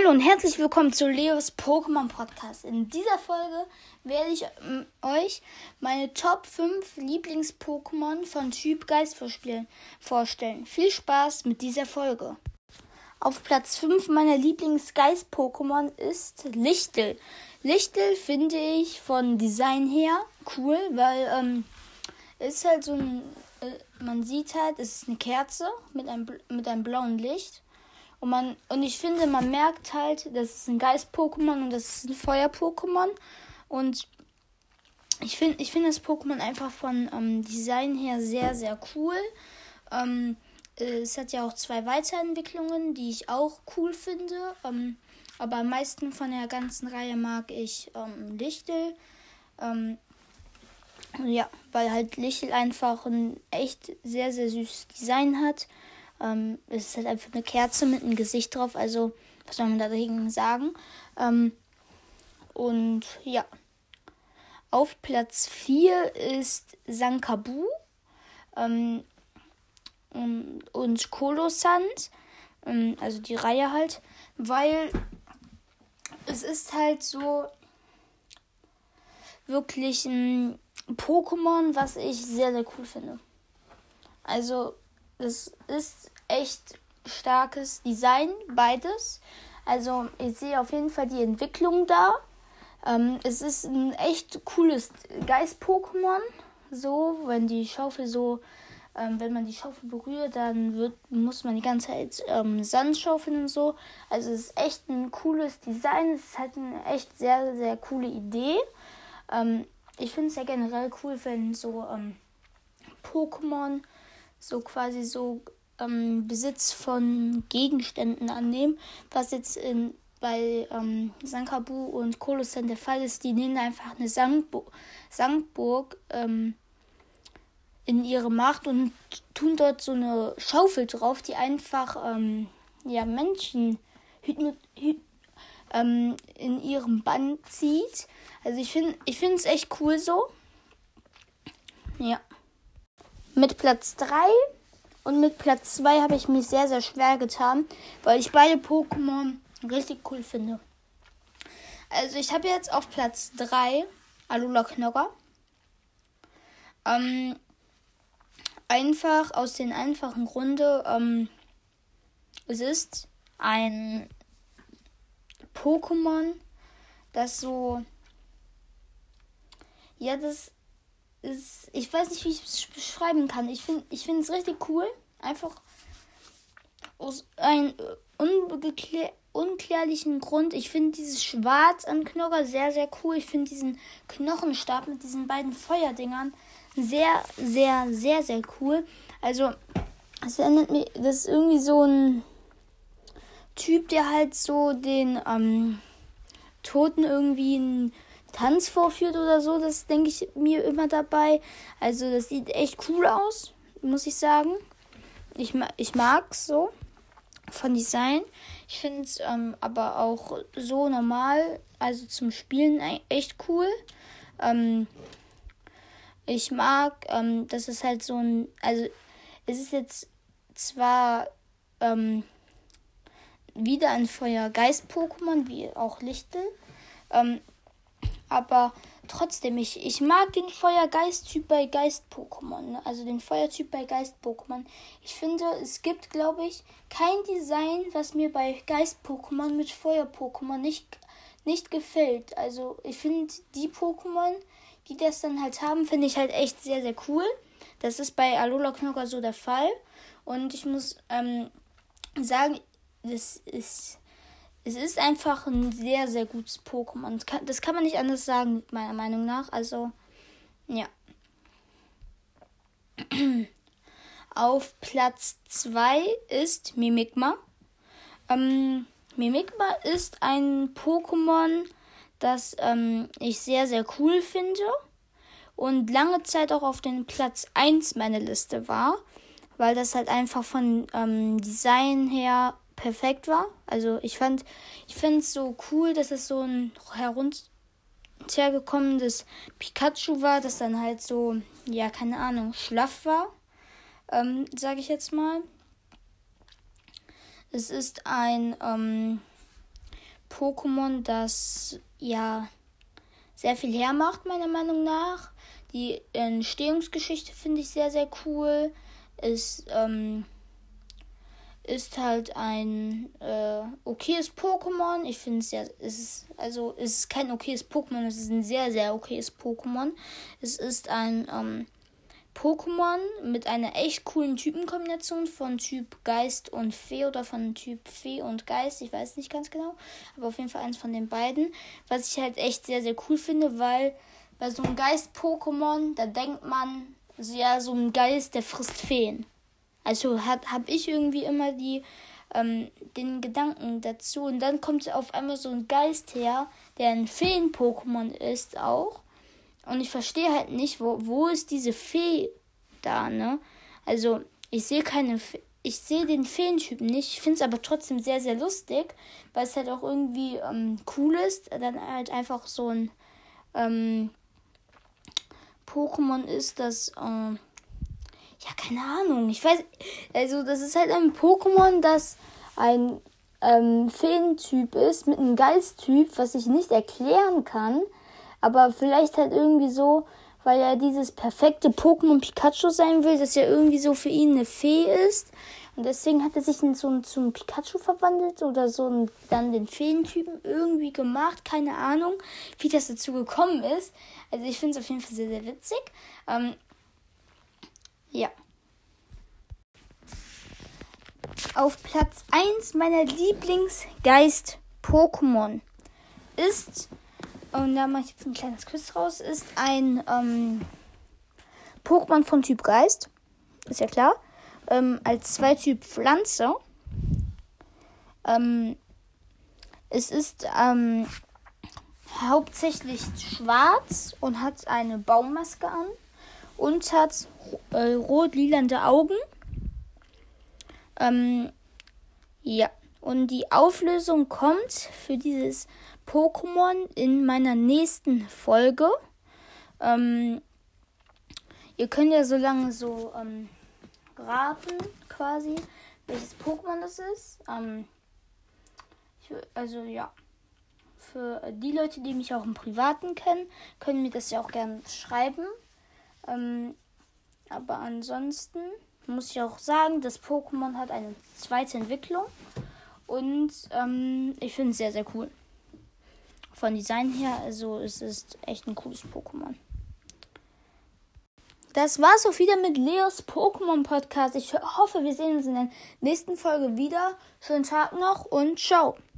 Hallo und herzlich willkommen zu Leos Pokémon Podcast. In dieser Folge werde ich euch meine Top 5 Lieblings-Pokémon von Typ Geist vorstellen. Viel Spaß mit dieser Folge. Auf Platz 5 meiner Lieblings-Geist-Pokémon ist Lichtel. Lichtel finde ich von Design her cool, weil es ist halt so ein, man sieht halt, es ist eine Kerze mit einem blauen Licht. Und ich finde, man merkt halt, das ist ein Geist-Pokémon und das ist ein Feuer-Pokémon. Und ich finde das Pokémon einfach von Design her sehr, sehr cool. Es hat ja auch 2 Weiterentwicklungen, die ich auch cool finde. Aber am meisten von der ganzen Reihe mag ich Lichtel. Ja, weil halt Lichtel einfach ein echt sehr, sehr süßes Design hat. Es ist halt einfach eine Kerze mit einem Gesicht drauf, also was soll man dagegen sagen? Und ja, auf Platz 4 ist Sankabu und Kolosant, also die Reihe halt, weil es ist halt so wirklich ein Pokémon, was ich sehr, sehr cool finde. Also es ist echt starkes Design, beides. Also ich sehe auf jeden Fall die Entwicklung da. Es ist ein echt cooles Geist-Pokémon. So, wenn man die Schaufel berührt, dann muss man die ganze Zeit Sand schaufeln und so. Also es ist echt ein cooles Design. Es ist halt eine echt sehr, sehr coole Idee. Ich finde es ja generell cool, wenn so Pokémon so quasi so Besitz von Gegenständen annehmen, was jetzt bei Sankabu und Kolosant der Fall ist. Die nehmen einfach eine Sandburg in ihre Macht und tun dort so eine Schaufel drauf, die einfach Menschen in ihrem Band zieht. Also ich finde es echt cool so. Ja. Mit Platz 3 und mit Platz 2 habe ich mich sehr, sehr schwer getan, weil ich beide Pokémon richtig cool finde. Also ich habe jetzt auf Platz 3 Alola Knogger. Einfach aus den einfachen Gründen, es ist ein Pokémon, das so, ja, ich weiß nicht, wie ich es beschreiben kann. Ich finde es richtig cool. Einfach aus einem unklärlichen Grund. Ich finde dieses Schwarz an Knogger sehr, sehr cool. Ich finde diesen Knochenstab mit diesen beiden Feuerdingern sehr, sehr, sehr, sehr cool. Also, das ist irgendwie so ein Typ, der halt so den Toten irgendwie einen Tanz vorführt oder so, das denke ich mir immer dabei. Also das sieht echt cool aus, muss ich sagen. Ich mag es so von Design. Ich finde es aber auch so normal, also zum Spielen echt cool. Ich mag, dass es halt so ein, also es ist jetzt zwar wieder ein Feuer-Geist-Pokémon, wie auch Lichtel, aber trotzdem, ich mag den Feuer-Geist-Typ bei Geist-Pokémon, also den Feuertyp bei Geist-Pokémon. Ich finde, es gibt, glaube ich, kein Design, was mir bei Geist-Pokémon mit Feuer-Pokémon nicht gefällt. Also ich finde, die Pokémon, die das dann halt haben, finde ich halt echt sehr, sehr cool. Das ist bei Alola Knogger so der Fall. Und ich muss sagen, es ist einfach ein sehr, sehr gutes Pokémon. Das kann man nicht anders sagen, meiner Meinung nach. Also, ja. Auf Platz 2 ist Mimikma. Mimikma ist ein Pokémon, das ich sehr, sehr cool finde. Und lange Zeit auch auf den Platz 1 meiner Liste war. Weil das halt einfach von Design her perfekt war. Also ich finde es so cool, dass es so ein heruntergekommenes Pikachu war, das dann halt so, ja, keine Ahnung, schlaff war, sage ich jetzt mal. Es ist ein Pokémon, das ja sehr viel hermacht, meiner Meinung nach. Die Entstehungsgeschichte finde ich sehr, sehr cool. Es ist halt ein okayes Pokémon. Ich finde es ist kein okayes Pokémon, es ist ein sehr, sehr okayes Pokémon. Es ist ein Pokémon mit einer echt coolen Typenkombination von Typ Geist und Fee oder von Typ Fee und Geist. Ich weiß nicht ganz genau, aber auf jeden Fall eins von den beiden. Was ich halt echt sehr, sehr cool finde, weil bei so einem Geist-Pokémon, da denkt man, also ja, so ein Geist, der frisst Feen. Also habe ich irgendwie immer den Gedanken dazu. Und dann kommt auf einmal so ein Geist her, der ein Feen-Pokémon ist auch. Und ich verstehe halt nicht, wo ist diese Fee da, ne? Also, ich sehe den Feentypen nicht. Ich finde es aber trotzdem sehr, sehr lustig, weil es halt auch irgendwie cool ist. Dann halt einfach so ein Pokémon ist, das, ja, keine Ahnung. Ich weiß, also, das ist halt ein Pokémon, das ein Feentyp ist mit einem Geisttyp, was ich nicht erklären kann. Aber vielleicht halt irgendwie so, weil er dieses perfekte Pokémon Pikachu sein will, dass er irgendwie so für ihn eine Fee ist. Und deswegen hat er sich zum Pikachu verwandelt oder dann den Feentypen irgendwie gemacht. Keine Ahnung, wie das dazu gekommen ist. Also ich finde es auf jeden Fall sehr, sehr witzig. Ja. Auf Platz 1 meiner Lieblingsgeist-Pokémon ist... Und da mache ich jetzt ein kleines Quiz raus. Ist ein Pokémon von Typ Geist. Ist ja klar. Als Zweityp Pflanze. Es ist hauptsächlich schwarz und hat eine Baummaske an. Und hat rot-lilande Augen. Ja. Und die Auflösung kommt für dieses Pokémon in meiner nächsten Folge. Ihr könnt ja so lange so raten, quasi, welches Pokémon das ist. Also ja, für die Leute, die mich auch im Privaten kennen, können mir das ja auch gerne schreiben. Aber ansonsten muss ich auch sagen, das Pokémon hat eine zweite Entwicklung. Und ich finde es sehr, sehr cool. Von Design her, also es ist echt ein cooles Pokémon. Das war's auch wieder mit Leos Pokémon Podcast. Ich hoffe, wir sehen uns in der nächsten Folge wieder. Schönen Tag noch und ciao.